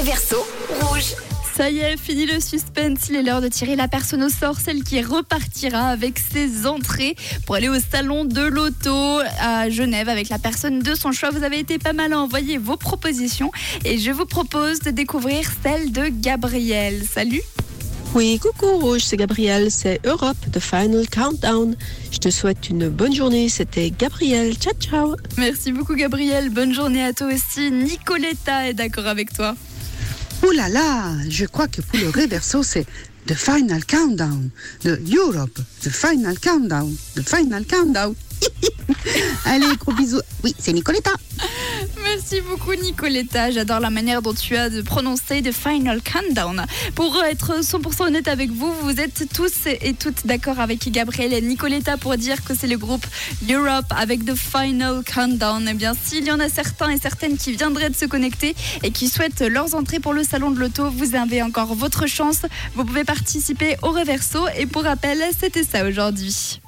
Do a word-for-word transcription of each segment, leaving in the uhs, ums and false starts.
Réverso rouge. Ça y est, fini le suspense, il est l'heure de tirer la personne au sort, celle qui repartira avec ses entrées pour aller au salon de l'auto à Genève avec la personne de son choix. Vous avez été pas mal à envoyer vos propositions et je vous propose de découvrir celle de Gabriel. Salut! Oui, coucou Rouge, c'est Gabriel, c'est Europe, The Final Countdown. Je te souhaite une bonne journée, c'était Gabriel, ciao ciao. Merci beaucoup Gabriel, bonne journée à toi aussi. Nicoletta est d'accord avec toi. Ouh là là, je crois que pour le Réverso, c'est The Final Countdown de Europe. The Final Countdown, The Final Countdown. Allez, gros bisous. Oui, c'est Nicoletta. Merci beaucoup Nicoletta, j'adore la manière dont tu as de prononcer The Final Countdown. Pour être cent pour cent honnête avec vous, vous êtes tous et toutes d'accord avec Gabriel et Nicoletta pour dire que c'est le groupe Europe avec The Final Countdown. Eh bien, s'il y en a certains et certaines qui viendraient de se connecter et qui souhaitent leurs entrées pour le salon de l'auto, vous avez encore votre chance. Vous pouvez participer au Réverso et pour rappel, c'était ça aujourd'hui.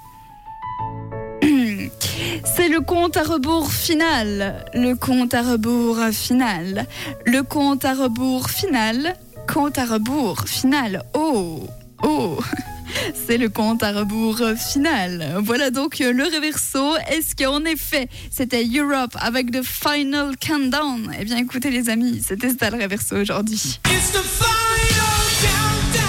C'est le compte à rebours final, le compte à rebours final, le compte à rebours final, compte à rebours final, oh, oh, c'est le compte à rebours final. Voilà donc le Réverso. Est-ce qu'en effet, c'était Europe avec The Final Countdown? Eh bien écoutez les amis, c'était ça le Réverso aujourd'hui. It's the final countdown.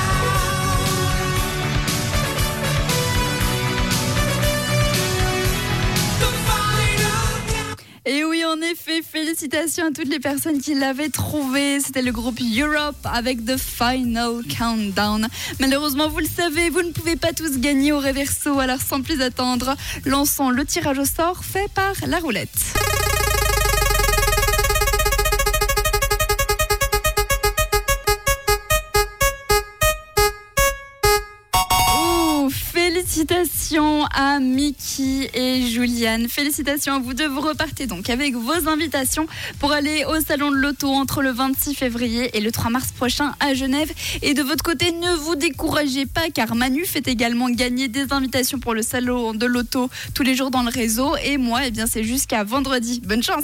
Et oui, en effet, félicitations à toutes les personnes qui l'avaient trouvé. C'était le groupe Europe avec The Final Countdown. Malheureusement, vous le savez, vous ne pouvez pas tous gagner au Réverso. Alors, sans plus attendre, lançons le tirage au sort fait par la roulette. Félicitations à Mickey et Juliane. Félicitations à vous deux. Vous repartez donc avec vos invitations pour aller au salon de l'auto entre le vingt-six février et le trois mars prochain à Genève. Et de votre côté, ne vous découragez pas car Manu fait également gagner des invitations pour le salon de l'auto tous les jours dans le réseau. Et moi, eh bien, c'est jusqu'à vendredi. Bonne chance!